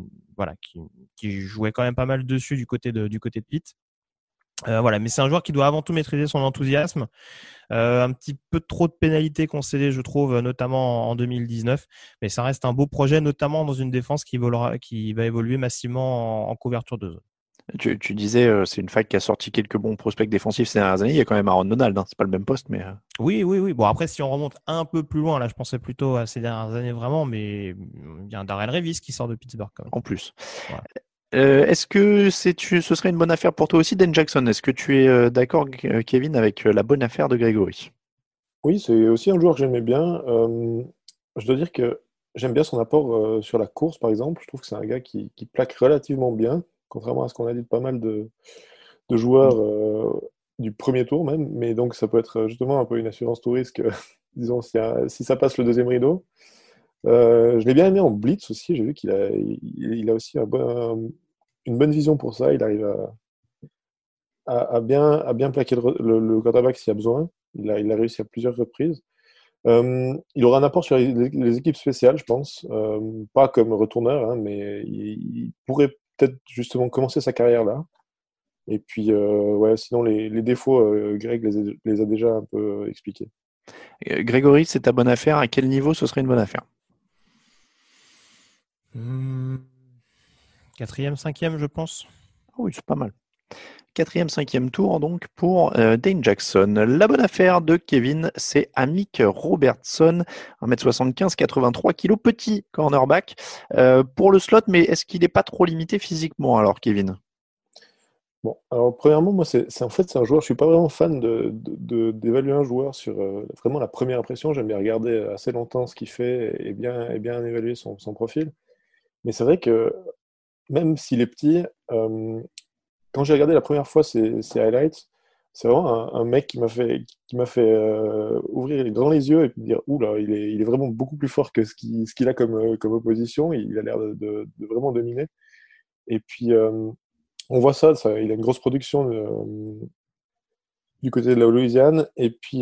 jouait quand même pas mal dessus du côté de Pitt. Mais c'est un joueur qui doit avant tout maîtriser son enthousiasme. Un petit peu trop de pénalités concédées, je trouve, notamment en 2019. Mais ça reste un beau projet, notamment dans une défense qui va évoluer massivement en couverture de zone. Tu disais, c'est une fac qui a sorti quelques bons prospects défensifs ces dernières années. Il y a quand même Aaron Donald, hein. C'est pas le même poste, mais... Oui. Bon, après, si on remonte un peu plus loin, là, je pensais plutôt à ces dernières années vraiment, mais il y a un Darrell Revis qui sort de Pittsburgh quand même. En plus. Voilà. Est-ce que ce serait une bonne affaire pour toi aussi, Dan Jackson? Est-ce que tu es d'accord, Kevin, avec la bonne affaire de Grégory? Oui, c'est aussi un joueur que j'aimais bien. Je dois dire que j'aime bien son apport sur la course, par exemple. Je trouve que c'est un gars qui plaque relativement bien, contrairement à ce qu'on a dit de pas mal de joueurs du premier tour même. Mais donc, ça peut être justement un peu une assurance tout risque, disons, si ça passe le deuxième rideau. Je l'ai bien aimé en blitz aussi. J'ai vu qu'il a aussi une bonne vision pour ça. Il arrive à bien plaquer le quarterback s'il y a besoin. Il a réussi à plusieurs reprises. Il aura un apport sur les équipes spéciales, je pense. Pas comme retourneur, hein, mais il pourrait peut-être justement commencer sa carrière là. Et puis, ouais, sinon, les défauts, Greg les a déjà un peu expliqués. Grégory, c'est ta bonne affaire. À quel niveau ce serait une bonne affaire? 4e, 5e, je pense. Oh oui, c'est pas mal. 4e, 5e tour donc pour Dane Jackson. La bonne affaire de Kevin, c'est Amik Robertson, 1m75, 83 kg, petit cornerback pour le slot, mais est-ce qu'il n'est pas trop limité physiquement alors, Kevin? Bon, alors premièrement, moi, c'est un joueur, je suis pas vraiment fan d'évaluer un joueur sur vraiment la première impression. J'aime bien regarder assez longtemps ce qu'il fait et bien évaluer son profil. Mais c'est vrai que même s'il est petit, quand j'ai regardé la première fois ses highlights, c'est vraiment un mec qui m'a fait ouvrir grand les yeux et me dire oula, il est vraiment beaucoup plus fort que ce qu'il a comme opposition. Il a l'air de vraiment dominer. Et puis on voit ça, il a une grosse production du côté de la Louisiane. Et puis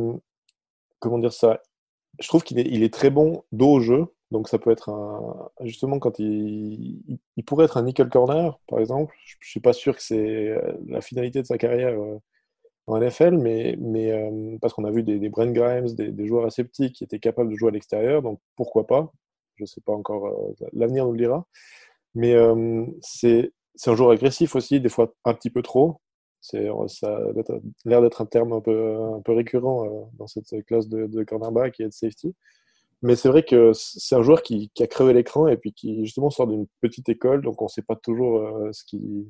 comment dire ça, je trouve qu'il est très bon dos au jeu. Donc ça peut être justement quand il pourrait être un nickel corner, par exemple. Je suis pas sûr que c'est la finalité de sa carrière en NFL, mais parce qu'on a vu des Brent Grimes, des joueurs assez petits qui étaient capables de jouer à l'extérieur, donc pourquoi pas? Je sais pas encore, l'avenir nous le dira. Mais c'est un joueur agressif aussi, des fois un petit peu trop. Ça a l'air d'être un terme un peu récurrent dans cette classe de cornerback et de safety. Mais c'est vrai que c'est un joueur qui a crevé l'écran et puis qui justement sort d'une petite école, donc on ne sait pas toujours il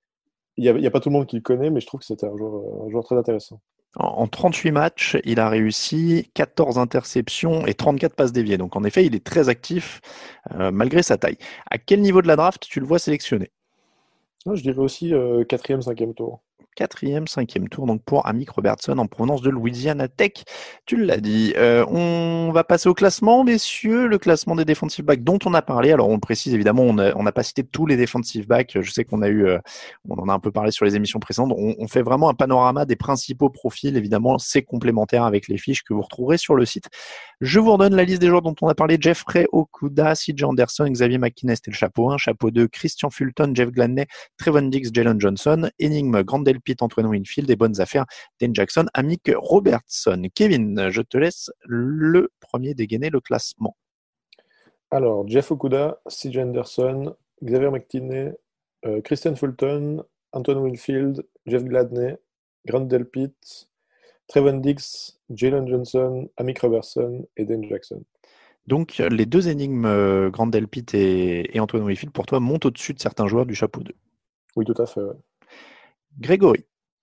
y a pas tout le monde qui le connaît, mais je trouve que c'était un joueur très intéressant. En 38 matchs, il a réussi 14 interceptions et 34 passes déviées. Donc en effet, il est très actif malgré sa taille. À quel niveau de la draft tu le vois sélectionné? Je dirais aussi 4e, 5e tour. 4e, 5e tour donc pour Amik Robertson en provenance de Louisiana Tech. Tu l'as dit. On va passer au classement, messieurs. Le classement des defensive backs dont on a parlé. Alors on le précise évidemment, on n'a pas cité tous les defensive backs. Je sais qu'on on en a un peu parlé sur les émissions précédentes. On fait vraiment un panorama des principaux profils. Évidemment, c'est complémentaire avec les fiches que vous retrouverez sur le site. Je vous redonne la liste des joueurs dont on a parlé. Jeffrey Okudah, CJ Anderson, Xavier McKinney, c'était le chapeau 1. Chapeau 2, Christian Fulton, Jeff Gladney, Trevon Diggs, Jalen Johnson. Énigme, Grant Delpit, Antoine Winfield. Et bonnes affaires, Dane Jackson, Amik Robertson. Kevin, je te laisse le premier dégainer le classement. Alors, Jeff Okudah, CJ Anderson, Xavier McKinney, Christian Fulton, Antoine Winfield, Jeff Gladney, Grant Delpit, Trevon Diggs, Jalen Johnson, Amik Robertson et Dane Jackson. Donc, les deux énigmes, Grant Delpit et Antoine Winfield, pour toi, montent au-dessus de certains joueurs du chapeau 2. Oui, tout à fait. Ouais. Grégory.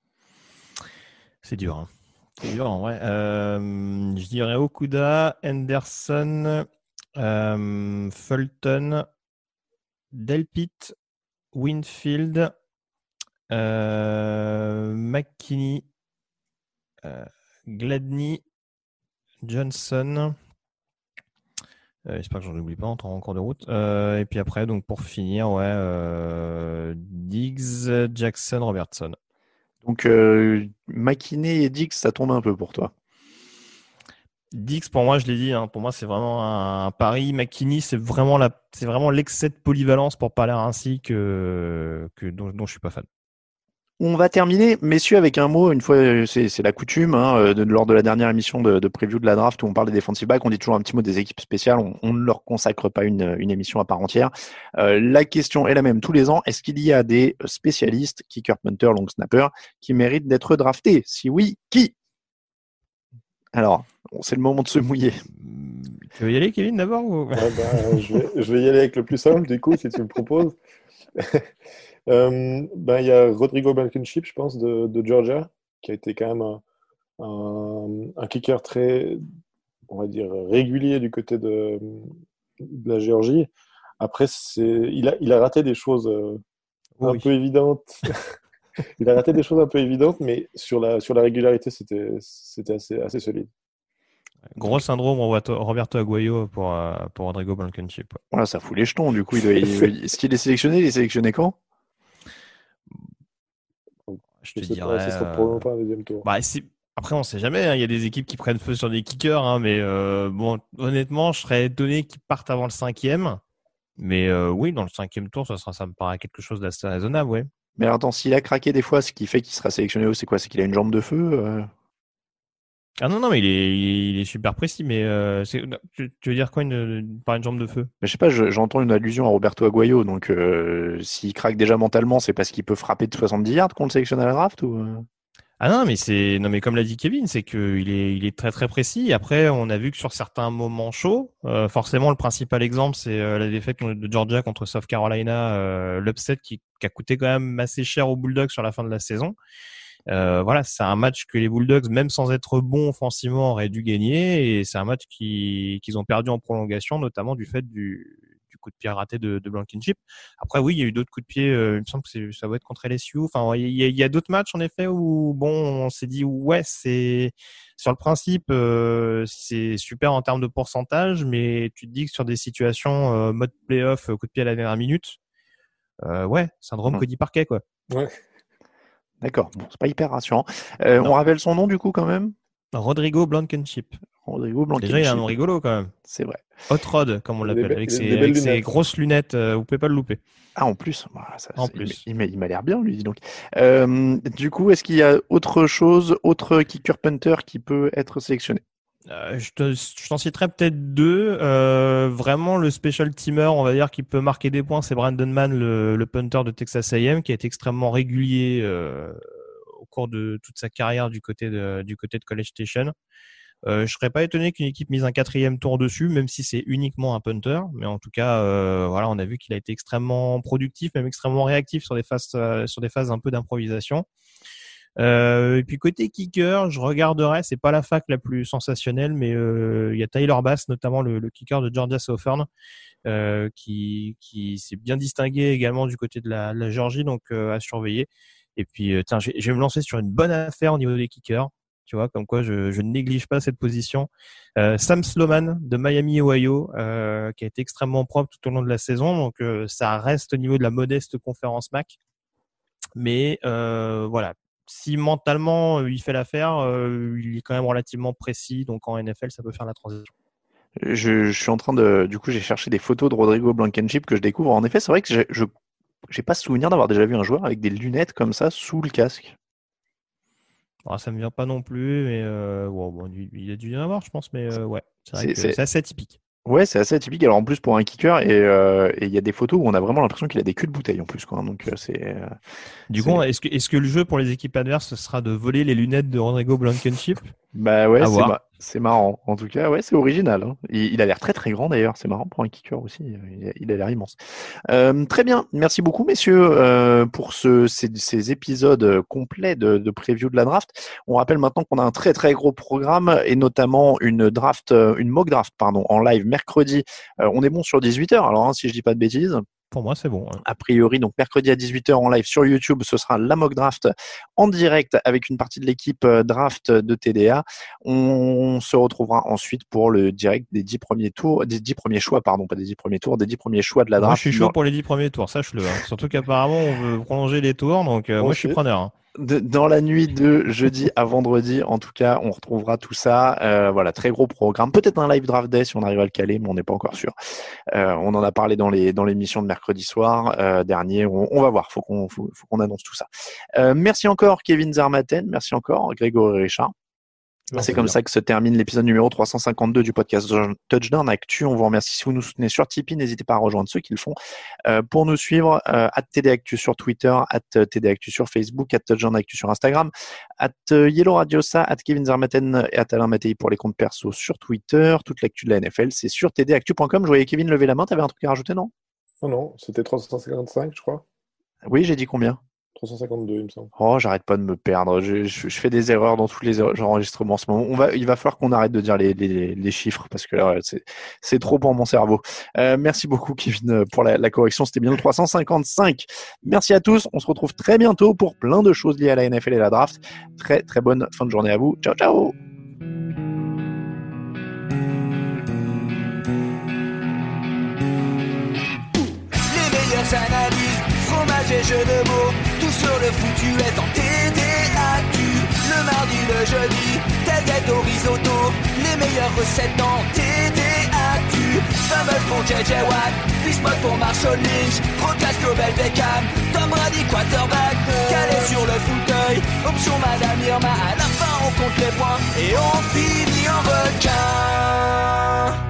C'est dur. Hein. C'est dur, ouais. Je dirais Okudah, Anderson, Fulton, Delpit, Winfield, McKinney, Gladney, Johnson. J'espère que j'en oublie pas en cours de route. Et puis après, donc pour finir, Diggs, Jackson, Robertson. Donc McKinney et Diggs, ça tombe un peu pour toi. Diggs, pour moi, je l'ai dit, hein, pour moi, c'est vraiment un pari. McKinney, c'est vraiment l'excès de polyvalence, pour parler ainsi, dont je suis pas fan. On va terminer, messieurs, avec un mot. Une fois, c'est la coutume, lors de la dernière émission de preview de la draft où on parle des defensive backs, on dit toujours un petit mot des équipes spéciales. On ne leur consacre pas une émission à part entière. La question est la même tous les ans. Est-ce qu'il y a des spécialistes, kicker, punter, long snapper, qui méritent d'être draftés? Si oui, qui? Alors, c'est le moment de se mouiller. Tu veux y aller, Kevin, d'abord ou... je vais y aller avec le plus simple, du coup, si tu me proposes. Il y a Rodrigo Blankenship, je pense, de Georgia, qui a été quand même un kicker très, on va dire, régulier du côté de la Géorgie. Après, il a raté des choses un peu évidentes. Il a raté des choses un peu évidentes, mais sur la régularité, c'était assez solide. Gros syndrome Roberto Aguayo pour Rodrigo Blankenship. Voilà, ça fout les jetons, du coup. Est-ce qu'il est sélectionné? Il est sélectionné quand? Je te dirais... Ça sera probablement pas un deuxième tour. Après, on sait jamais. Hein. Il y a des équipes qui prennent feu sur des kickers, hein, mais honnêtement, je serais étonné qu'ils partent avant le 5e. Mais oui, dans le 5e tour, ça me paraît quelque chose d'assez raisonnable, ouais. Mais alors, attends, s'il a craqué des fois, ce qui fait qu'il sera sélectionné, c'est quoi? C'est qu'il a une jambe de feu? Ah non, mais il est super précis. Mais tu veux dire quoi par une jambe de feu? Je sais pas, j'entends une allusion à Roberto Aguayo. Donc, s'il craque déjà mentalement, c'est parce qu'il peut frapper de 70 yards qu'on le sélectionne à la draft ou... Ah non, mais comme l'a dit Kevin, c'est qu'il est très très précis. Après, on a vu que sur certains moments chauds, forcément le principal exemple, c'est la défaite de Georgia contre South Carolina, l'upset qui a coûté quand même assez cher aux Bulldogs sur la fin de la saison. Voilà, c'est un match que les Bulldogs, même sans être bons offensivement, auraient dû gagner, et c'est un match qu'ils ont perdu en prolongation, notamment du fait du coup de pied raté de Blankenship. Après, oui, il y a eu d'autres coups de pied. Il me semble que ça va être contre LSU. Enfin, il y a d'autres matchs en effet où on s'est dit ouais, c'est sur le principe, c'est super en termes de pourcentage, mais tu te dis que sur des situations mode playoff, coup de pied à la dernière minute, ouais, syndrome Cody Parquet quoi. Ouais. D'accord. Bon, c'est pas hyper rassurant. On rappelle son nom du coup quand même. Rodrigo Blankenship. Rodrigo Blankenship. Déjà, il a un nom rigolo quand même. C'est vrai. Hot Rod, comme on l'appelle, avec ses grosses lunettes. Vous pouvez pas le louper. Ah, en plus, en plus. Il m'a l'air bien, lui, dis donc. Du coup, est-ce qu'il y a autre chose, autre kicker punter qui peut être sélectionné? Je t'en citerai peut-être deux. Vraiment, le special teamer, on va dire, qui peut marquer des points, c'est Brandon Mann, le punter de Texas A&M, qui a été extrêmement régulier au cours de toute sa carrière du côté de College Station. Je serais pas étonné qu'une équipe mise un 4e tour dessus, même si c'est uniquement un punter. Mais en tout cas, voilà, on a vu qu'il a été extrêmement productif, même extrêmement réactif sur des phases un peu d'improvisation. Et puis côté kicker, je regarderai, c'est pas la fac la plus sensationnelle, mais il y a Tyler Bass, notamment le kicker de Georgia Southern, qui s'est bien distingué également du côté de la Géorgie, donc à surveiller. Et puis je vais me lancer sur une bonne affaire au niveau des kickers. Tu vois, comme quoi je ne néglige pas cette position. Sam Sloman de Miami, Ohio, qui a été extrêmement propre tout au long de la saison. Donc, ça reste au niveau de la modeste conférence MAC. Mais voilà, si mentalement il fait l'affaire, il est quand même relativement précis. Donc, en NFL, ça peut faire la transition. Je suis en train de... Du coup, j'ai cherché des photos de Rodrigo Blankenship que je découvre. En effet, c'est vrai que j'ai pas souvenir d'avoir déjà vu un joueur avec des lunettes comme ça sous le casque. Alors, ça me vient pas non plus, mais il a dû y en avoir, je pense, mais ouais, c'est vrai que c'est assez atypique. Ouais, c'est assez atypique. Alors en plus pour un kicker, et il y a des photos où on a vraiment l'impression qu'il a des culs de bouteille en plus, quoi. Donc c'est. Du coup, est-ce que le jeu pour les équipes adverses ce sera de voler les lunettes de Rodrigo Blankenship? Bah ouais, c'est marrant. En tout cas, ouais, c'est original. Hein. Il a l'air très très grand d'ailleurs. C'est marrant pour un kicker aussi. Il a l'air immense. Très bien. Merci beaucoup, messieurs, pour ces épisodes complets de preview de la draft. On rappelle maintenant qu'on a un très très gros programme et notamment une mock draft, en live mercredi. On est bon sur 18h. Alors, si je dis pas de bêtises. Pour moi, c'est bon. Hein. A priori, donc mercredi à 18h en live sur YouTube, ce sera la mock draft en direct avec une partie de l'équipe draft de TDA. On se retrouvera ensuite pour le direct des 10 premiers tours, des 10 premiers choix, pas des 10 premiers tours, des 10 premiers choix de la draft. Moi, je suis chaud pour les 10 premiers tours, sache-le. Hein. Surtout qu'apparemment, on veut prolonger les tours, donc moi, je suis preneur. Hein. Dans la nuit de jeudi à vendredi, en tout cas, on retrouvera tout ça. Voilà, très gros programme. Peut-être un live draft day si on arrive à le caler, mais on n'est pas encore sûr. On en a parlé dans l'émission de mercredi soir dernier. On va voir. Faut qu'on annonce tout ça. Merci encore Kevin Zermatten. Merci encore Grégory Richard. C'est comme ça que se termine l'épisode numéro 352 du podcast Touchdown Actu. On vous remercie si vous nous soutenez sur Tipeee. N'hésitez pas à rejoindre ceux qui le font. Pour nous suivre, @TDActu sur Twitter, @TDActu sur Facebook, @Touchdown Actu sur Instagram, @YellowRadiosa, @KevinZermatten et @Alain Mattei pour les comptes perso sur Twitter. Toute l'actu de la NFL, c'est sur tdactu.com. Je voyais Kevin lever la main. T'avais un truc à rajouter, non? Non, c'était 355, je crois. Oui, j'ai dit combien? 352, il me semble. Oh, j'arrête pas de me perdre. Je fais des erreurs dans tous les enregistrements en ce moment. Il va falloir qu'on arrête de dire les chiffres parce que là, c'est trop pour mon cerveau. Merci beaucoup, Kevin, pour la correction. C'était bien le 355. Merci à tous. On se retrouve très bientôt pour plein de choses liées à la NFL et la draft. Très, très bonne fin de journée à vous. Ciao, ciao! Analyse, fromage et jeux de mots, tout sur le foutu est en TDAQ. Le mardi, le jeudi, tailgate au risotto, les meilleures recettes en TDAQ. Fumble pour JJ Watt, Bismuth pour Marshall Lynch, Broadcast Global Beckham, Tom Brady quarterback, calé sur le fauteuil, option Madame Irma, à la fin on compte les points et on finit en requin.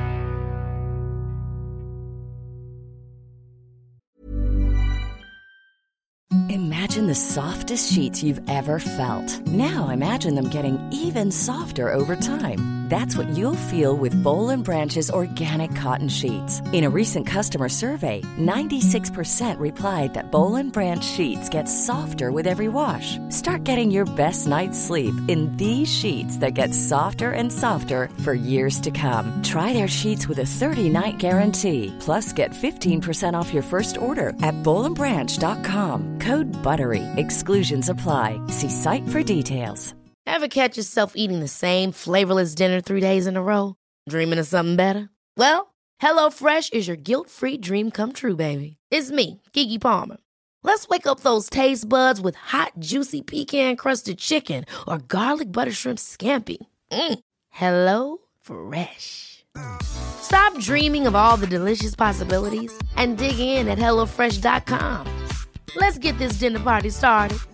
Imagine the softest sheets you've ever felt. Now imagine them getting even softer over time. That's what you'll feel with Boll & Branch's organic cotton sheets. In a recent customer survey, 96% replied that Boll & Branch sheets get softer with every wash. Start getting your best night's sleep in these sheets that get softer and softer for years to come. Try their sheets with a 30-night guarantee. Plus, get 15% off your first order at BollandBranch.com. Code BUTTERY. Exclusions apply. See site for details. Ever catch yourself eating the same flavorless dinner 3 days in a row? Dreaming of something better? Well, HelloFresh is your guilt-free dream come true, baby. It's me, Keke Palmer. Let's wake up those taste buds with hot, juicy pecan-crusted chicken or garlic butter shrimp scampi. Hello Fresh. Stop dreaming of all the delicious possibilities and dig in at HelloFresh.com. Let's get this dinner party started.